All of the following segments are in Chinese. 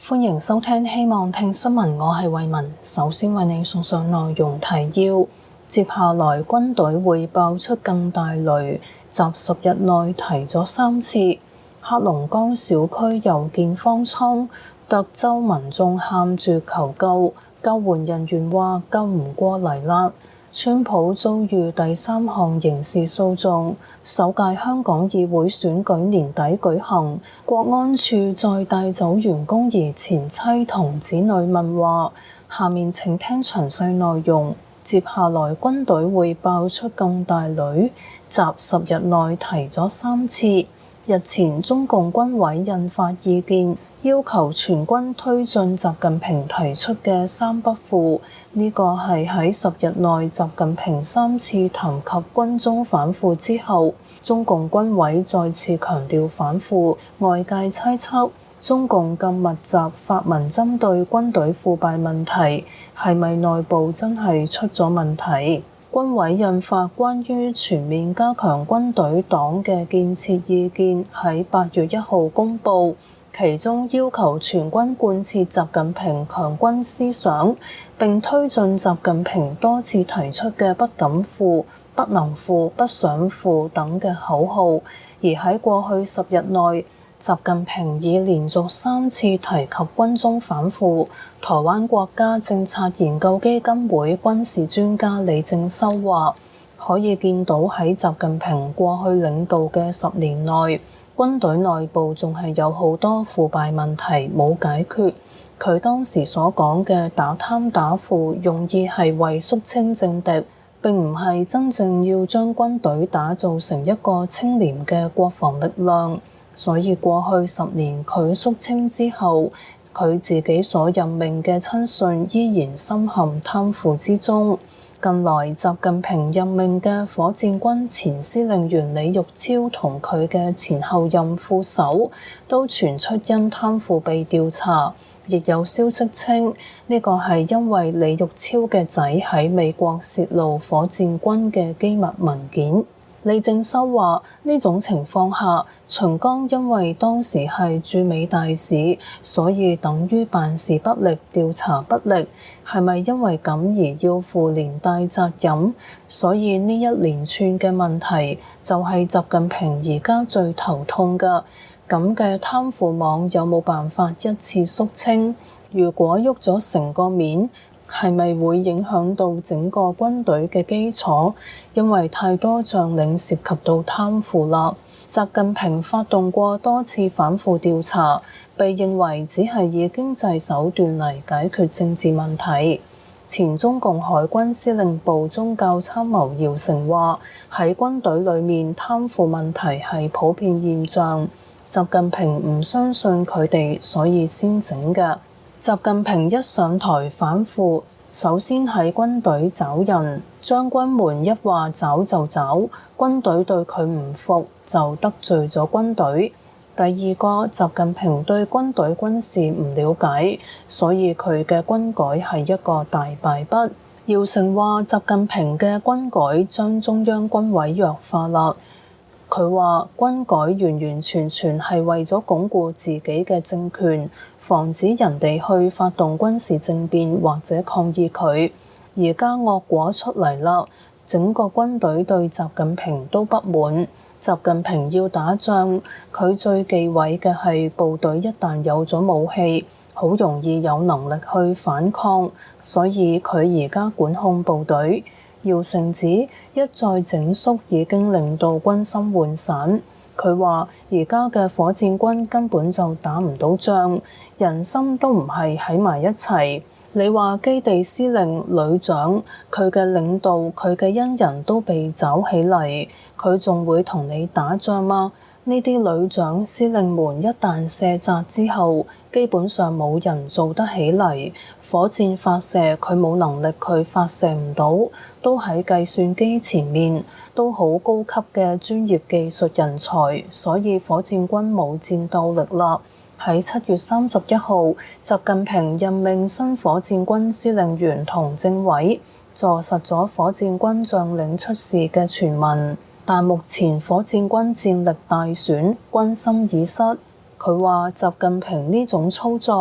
歡迎收聽希望聽新聞，我係慧雯。首先為你送上內容提要。接下來軍隊會爆出更大雷，習10日內提咗3次。黑龍江小區又見方艙，涿州民眾喊住求救，救援人員話救唔過嚟啦。川普遭遇第3項刑事訴訟，首屆香港議會選舉年底舉行，國安處再帶走員工兒前妻同子女問話。下面請聽詳細內容。接下來軍隊會爆出更大雷，習10日內提咗3次。日前中共軍委印發意見，要求全軍推進習近平提出嘅3不腐，呢個係喺10日內習近平3次談及軍中反腐之後，中共軍委再次強調反腐。外界猜測中共咁密集發文針對軍隊腐敗問題，係咪內部真係出咗問題？軍委印發關於全面加強軍隊黨嘅建設意見喺8月1號公佈，其中要求全軍貫徹習近平強軍思想，並推進習近平多次提出嘅不敢腐、不能腐、不想腐等嘅口號。而喺過去10日內，習近平已連續3次提及軍中反腐。台灣國家政策研究基金會軍事專家李正修話，可以見到喺習近平過去領導嘅10年內，軍隊內部仲係有好多腐敗問題冇解決。佢當時所講嘅打貪打腐，用意係為肅清政敵，並唔係真正要將軍隊打造成一個清廉嘅國防力量。所以過去10年佢肅清之後，佢自己所任命嘅親信依然深陷貪腐之中。近來習近平任命嘅火箭軍前司令員李玉超同佢嘅前後任副手都傳出因貪腐被調查，亦有消息稱呢個係因為李玉超嘅仔喺美國洩露火箭軍嘅機密文件。李正修話：呢種情況下，秦剛因為當時係駐美大使，所以等於辦事不力、調查不力。係咪因為咁而要負連帶責任？所以呢一連串嘅問題就係習近平而家最頭痛㗎。咁嘅貪腐網有冇辦法一次肅清？如果喐咗成個面，係咪會影響到整個軍隊嘅基礎？因為太多將領涉及到貪腐啦。習近平發動過多次反腐調查，被認為只係以經濟手段嚟解決政治問題。前中共海軍司令部宗教參謀姚成話：喺軍隊裡面貪腐問題係普遍現象，習近平唔相信佢哋，所以先整嘅。習近平一上台反腐，首先喺軍隊找人，將軍們一話找就找，軍隊對佢唔服就得罪咗軍隊。第二個，習近平對軍隊軍事唔了解，所以佢嘅軍改係一個大敗筆。姚成話習近平嘅軍改將中央軍委弱化啦。佢話軍改完完全全係為咗鞏固自己嘅政權，防止人哋去發動軍事政變或者抗議佢。而家惡果出嚟啦，整個軍隊對習近平都不滿。習近平要打仗，佢最忌諱嘅係部隊一旦有咗武器，好容易有能力去反抗，所以佢而家管控部隊。姚成指一再整肅已經令到軍心渙散。佢話而家嘅火箭軍根本就打唔到仗，人心都唔係喺埋一齊。你話基地司令、旅長，佢嘅領導、佢嘅恩人都被抓起嚟，佢仲會同你打仗嗎？呢啲旅長、司令們一旦卸責之後，基本上冇人做得起嚟。火箭發射佢冇能力，佢發射唔到，都喺計算機前面，都好高級嘅專業技術人才，所以火箭軍冇戰鬥力啦。喺7月31號，習近平任命新火箭軍司令員同政委，坐實咗火箭軍將領出事嘅傳聞。但目前火箭軍戰力大損，軍心已失。佢話習近平呢種操作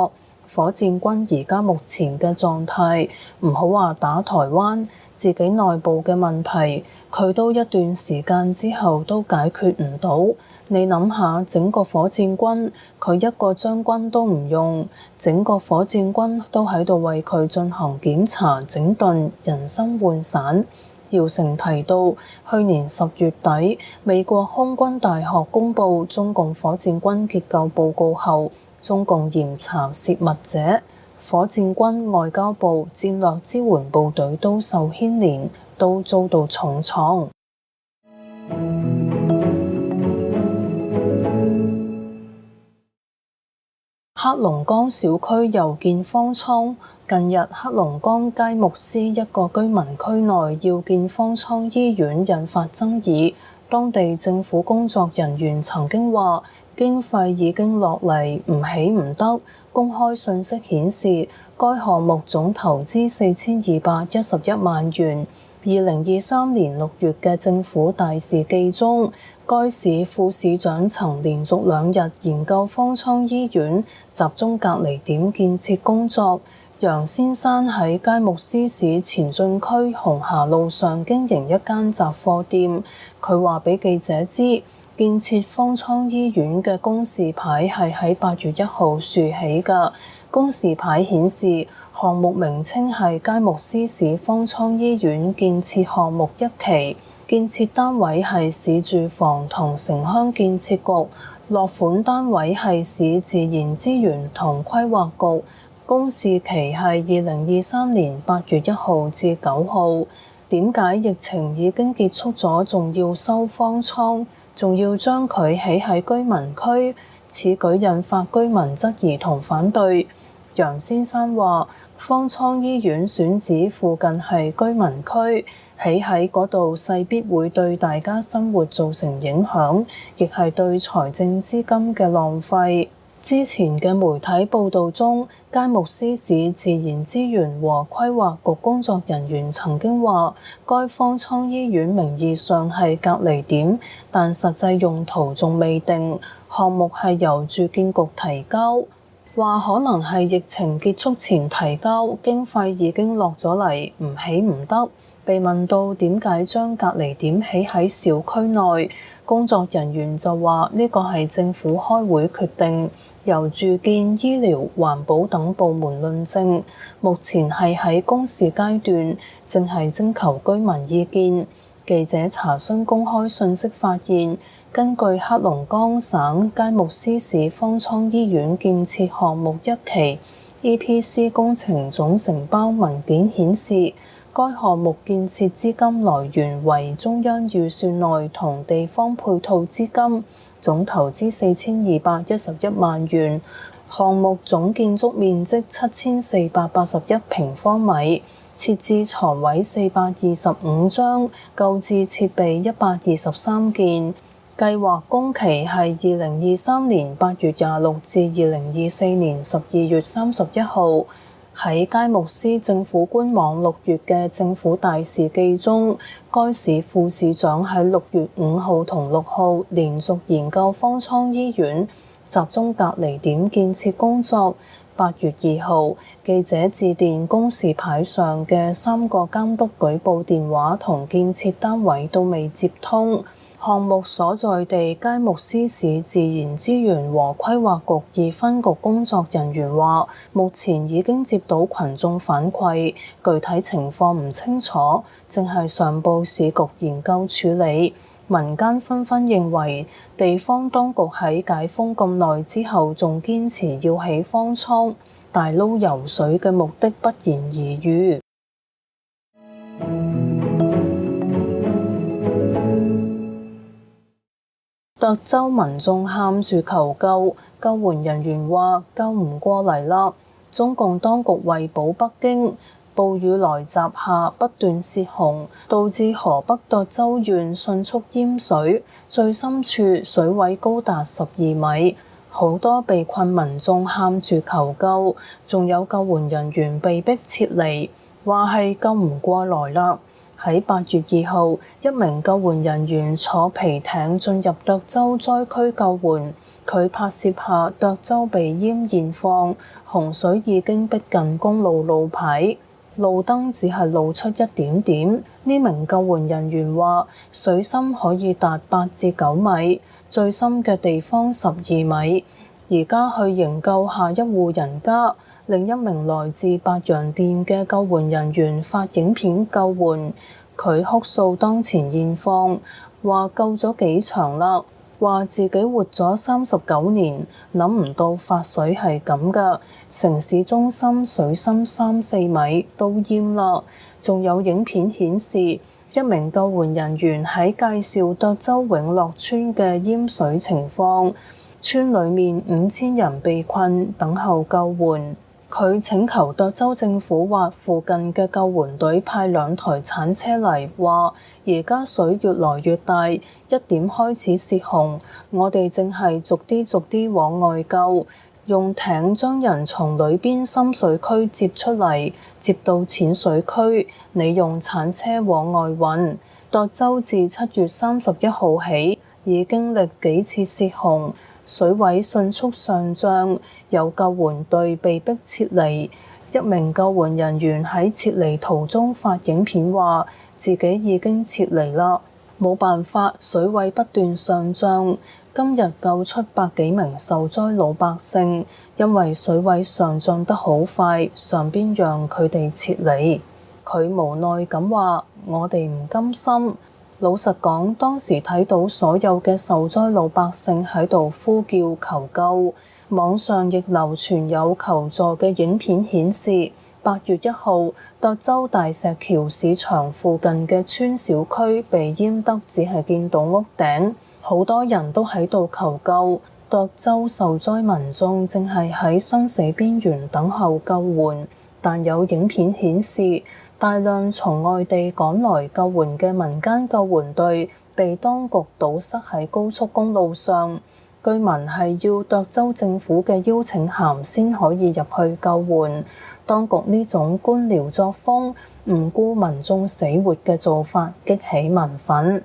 火箭軍而家目前嘅狀態，唔好話打台灣，自己內部嘅問題，佢都一段時間之後都解決唔到。你諗下，整個火箭軍佢一個將軍都唔用，整個火箭軍都喺度為佢進行檢查整頓，人心渙散。姚成提到，去年10月底，美國空軍大學公佈中共火箭軍結構報告後，中共嚴查泄密者，火箭軍、外交部、戰略支援部隊都受牽連，都遭到重創。黑龍江小區又建方艙。近日，黑龍江佳木斯一個居民區內要建方艙醫院，引發爭議。當地政府工作人員曾經話，經費已經落嚟，唔起唔得。公開信息顯示，該項目總投資4211萬元。2023年6月嘅政府大事記中，該市副市長曾連續2日研究方艙醫院集中隔離點建設工作。楊先生喺佳木斯市前進區紅霞路上經營一間雜貨店，佢話俾記者知，建設方艙醫院嘅公示牌係喺8月1號豎起嘅。公示牌顯示項目名稱係佳木斯市方艙醫院建設項目1期，建設單位係市住房同城鄉建設局，落款單位係市自然資源同規劃局。公示期係2023年8月1號至9號。點解疫情已經結束咗，仲要收方艙，仲要將佢起喺居民區？此舉引發居民質疑同反對。楊先生話：方艙醫院選址附近係居民區，起喺嗰度勢必會對大家生活造成影響，亦係對財政資金嘅浪費。之前嘅媒體報導中，佳木斯市自然資源和規劃局工作人員曾經話，該方艙醫院名義上係隔離點，但實際用途仲未定。項目係由住建局提交，話可能係疫情結束前提交，經費已經落咗嚟，唔起唔得。被問到點解將隔離點起喺小區內，工作人員就話呢個係政府開會決定，由住建、醫療、環保等部門論證，目前係喺公示階段，正係徵求居民意見。記者查詢公開信息發現，根據黑龍江省佳木斯市方艙醫院建設項目1期 EPC 工程總承包文件顯示，該項目建設資金來源為中央預算內同地方配套資金，總投資4211萬元。項目總建築面積7481平方米，設置床位425張，購置設備123件。計劃工期係2023年8月26至2024年12月31號。喺佳木斯政府官網6月嘅政府大事記中，該市副市長喺6月5號同6號連續研究方艙醫院集中隔離點建設工作。8月2號，記者致電公示牌上嘅3個監督舉報電話同建設單位都未接通。項目所在地佳木斯市自然資源和規劃局2分局工作人員話，目前已經接到群眾反饋，具體情況唔清楚，正係上報市局研究處理。民間紛紛認為，地方當局喺解封咁耐之後，仲堅持要起方艙，大撈油水嘅目的不言而喻。涿州民眾喊住求救，救援人員話救唔過嚟啦。中共當局為保北京，暴雨來襲下不斷泄洪，導致河北涿州縣迅速淹水，最深處水位高達12米，好多被困民眾喊住求救，仲有救援人員被迫撤離，話係救唔過來啦。喺8月2號，一名救援人員坐皮艇進入涿州災區救援， 佢拍攝下涿州被淹現況，洪水已經逼近公路路牌，路燈只係露出一點點。呢名救援人員話，水深可以達8至9米，最深嘅地方12米。而家去營救下一戶人家。另一名來自白洋淀嘅救援人員發影片救援，佢哭訴當前現況，話救咗幾場啦，話自己活咗39年，諗唔到發水係咁㗎，城市中心水深3、4米都淹啦。仲有影片顯示，一名救援人員喺介紹涿州永樂村嘅淹水情況，村裡面5000人被困等候救援。佢請求涿州政府或附近嘅救援隊派2台鏟車嚟，話而家水越來越大，一點開始泄洪，我哋正係逐啲往外救，用艇將人從裏邊深水區接出嚟，接到淺水區，你用鏟車往外運。涿州自7月31號起已經歷幾次泄洪，水位迅速上漲，有救援隊被迫撤離。一名救援人員喺撤離途中發影片話，自己已經撤離啦，冇辦法，水位不斷上漲。今日救出100幾名受災老百姓，因為水位上漲得好快，上邊讓佢哋撤離。佢無奈咁話：我哋唔甘心。老實講，當時睇到所有嘅受災老百姓喺度呼叫求救，網上亦流傳有求助嘅影片顯示，8月1號，涿州大石橋市場附近嘅村小區被淹得只係見到屋頂，好多人都喺度求救。涿州受災民眾正係喺生死邊緣等候救援，但有影片顯示，大量從外地趕來救援嘅民間救援隊被當局堵塞喺高速公路上，據聞係要涿州政府嘅邀請函先可以入去救援。當局呢種官僚作風、唔顧民眾死活嘅做法激起民憤。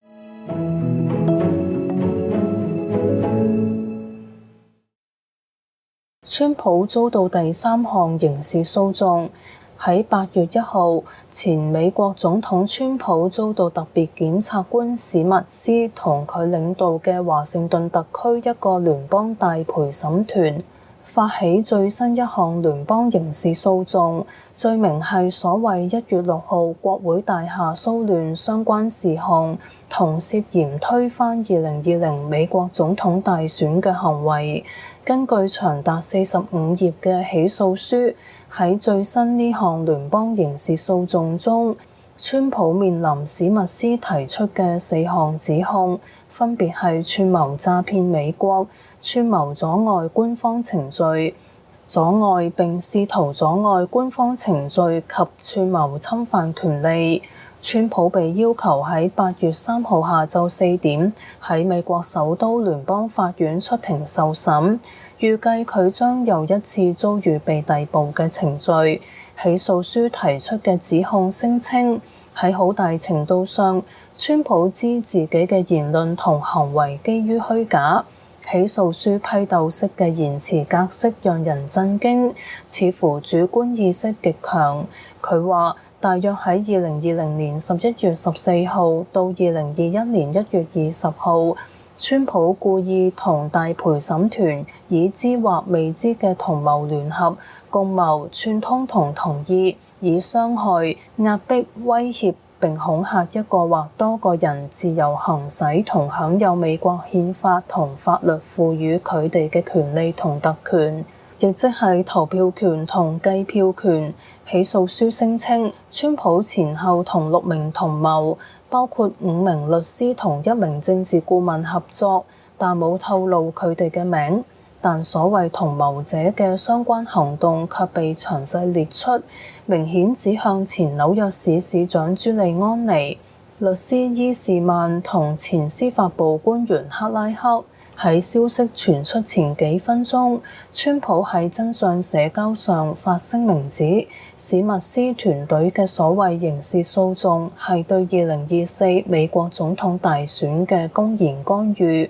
川普遭到第3項刑事訴訟。喺8月1號，前美國總統川普遭到特別檢察官史密斯同佢領導嘅華盛頓特區一個聯邦大陪審團發起最新一項聯邦刑事訴訟，罪名係所謂1月6號國會大廈騷亂相關事項，同涉嫌推翻2020美國總統大選嘅行為。根據長達45頁嘅起訴書，喺最新呢項聯邦刑事訴訟中，川普面臨史密斯提出嘅4項指控，分別係串謀詐騙美國、串謀阻礙官方程序、阻礙並試圖阻礙官方程序及串謀侵犯權利。川普被要求喺8月3號下晝4點喺美國首都聯邦法院出庭受審，預計佢將又一次遭遇被逮捕嘅程序。起訴書提出嘅指控聲稱，喺好大程度上，川普知自己嘅言論同行為基於虛假。起訴書批鬥式嘅言辭格式讓人震驚，似乎主觀意識極強。佢話，大約喺2020年11月14號到2021年1月20號，川普故意同大陪審團已知或未知嘅同謀聯合、共謀、串通同同意，以傷害、壓迫、威脅並恐嚇一個或多個人自由行使同享有美國憲法同法律賦予佢哋嘅權利同特權，亦即係投票權同計票權。起訴書聲稱，川普前後同6名同謀，包括5名律師同1名政治顧問合作，但冇透露佢哋嘅名。但所謂同謀者嘅相關行動卻被詳細列出，明顯指向前紐約市市長朱利安尼、律師伊士曼同前司法部官員克拉克。喺消息傳出前幾分鐘，川普喺真相社交上發聲明指，史密斯團隊嘅所謂刑事訴訟係對2024美國總統大選嘅公然干預。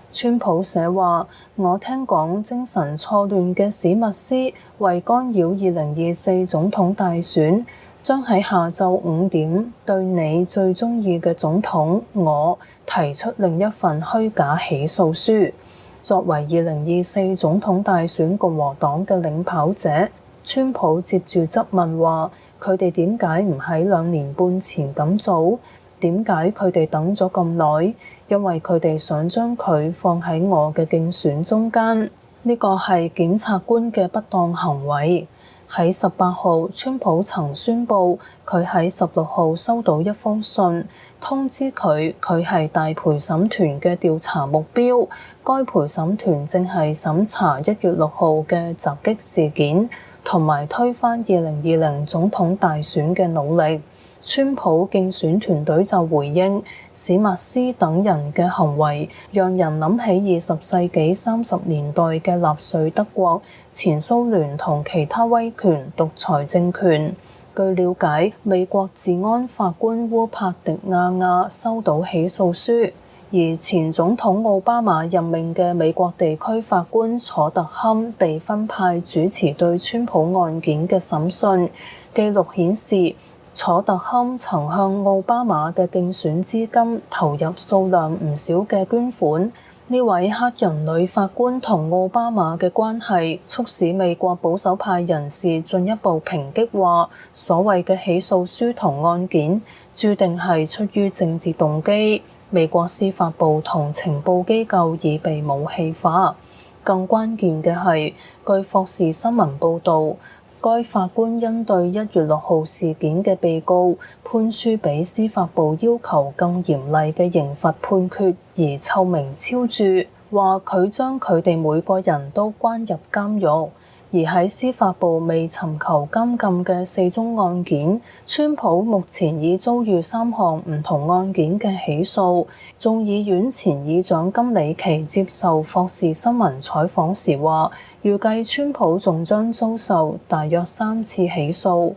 川普社話：我聽講精神錯亂嘅史密斯為干擾2024總統大選，將喺下晝5點對你最鍾意嘅總統我提出另一份虛假起訴書。作為2024總統大選共和黨嘅領跑者，川普接住質問話：佢哋點解唔喺2年半前咁做？點解佢哋等咗咁耐？因為佢哋想將佢放喺我嘅競選中間，呢個係檢察官嘅不當行為。喺18號，川普曾宣布佢喺16號收到一封信，通知佢係大陪審團嘅調查目標。該陪審團正係審查1月6號嘅襲擊事件，同埋推翻2020總統大選嘅努力。川普競選團隊就回應，史密斯等人嘅行為讓人諗起20世紀30年代嘅納粹德國、前蘇聯同其他威權獨裁政權。據了解，美國治安法官烏帕迪亞亞收到起訴書，而前總統奧巴馬任命嘅美國地區法官楚特坎被分派主持對川普案件嘅審訊。記錄顯示，楚特坎曾向奧巴馬嘅競選資金投入數量唔少嘅捐款。呢位黑人女法官同奧巴馬嘅關係，促使美國保守派人士進一步抨擊話，所謂嘅起訴書同案件注定係出於政治動機。美國司法部同情報機構已被武器化。更關鍵嘅係，據霍士新聞報導，該法官因對1月6號事件嘅被告判處比司法部要求更嚴厲嘅刑罰判決而臭名昭著，話佢將佢哋每個人都關入監獄。而喺司法部未尋求監禁嘅4宗案件，川普目前已遭遇3項唔同案件嘅起訴。眾議院前議長金里奇接受霍士新聞採訪時話，預計川普仲將遭受大約3次起訴。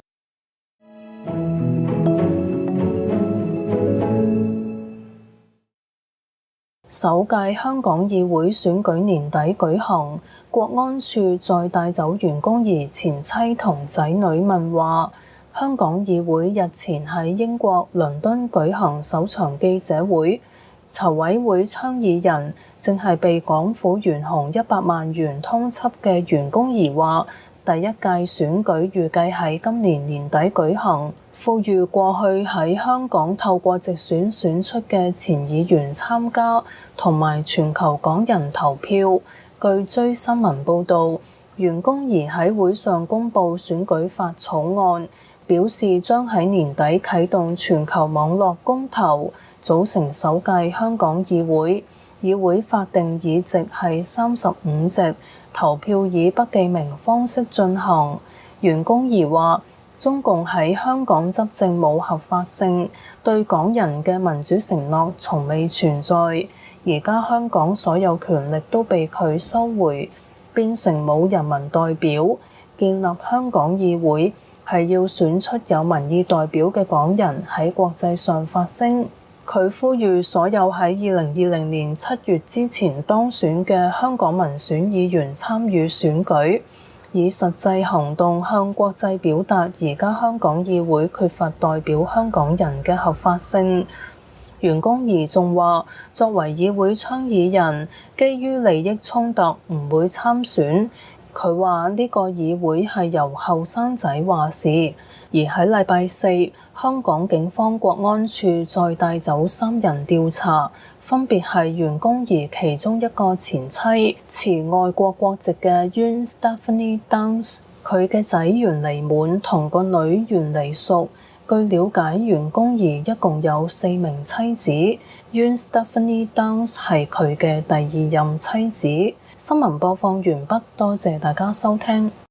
首屆香港議會選舉年底舉行，國安處再帶走袁弓夷前妻同仔女問話。香港議會日前喺英國倫敦舉行首場記者會，籌委會倡議人正係被港府懸紅100萬元通緝嘅袁弓夷話，第一屆選舉預計喺今年年底舉行，呼籲過去喺香港透過直選選出嘅前議員參加，同埋全球港人投票。據追新聞報導，袁弓夷喺會上公布選舉法草案，表示將喺年底啟動全球網絡公投，組成首屆香港議會。議會法定議席係35席，投票以不記名方式進行。袁弓夷話，中共喺香港執政冇合法性，對港人嘅民主承諾從未存在。而家香港所有權力都被佢收回，變成冇人民代表。建立香港議會係要選出有民意代表嘅港人喺國際上發聲。佢呼籲所有喺2020年7月之前當選嘅香港民選議員參與選舉，以實際行動向國際表達而家香港議會缺乏代表香港人嘅合法性。袁弓夷仲話，作為議會倡議人，基於利益衝突唔會參選。佢話呢個議會係由後生仔話事。而喺禮拜四，香港警方國安處再帶走3人調查，分別係袁弓夷其中一個前妻，持外國國籍嘅 Yuen Stephanie Downs， 佢嘅仔袁彌滿同個女袁彌淑。據了解，袁弓夷一共有4名妻子， Yuen Stephanie Downs 係佢嘅第2任妻子。新聞播放完畢，多謝大家收聽。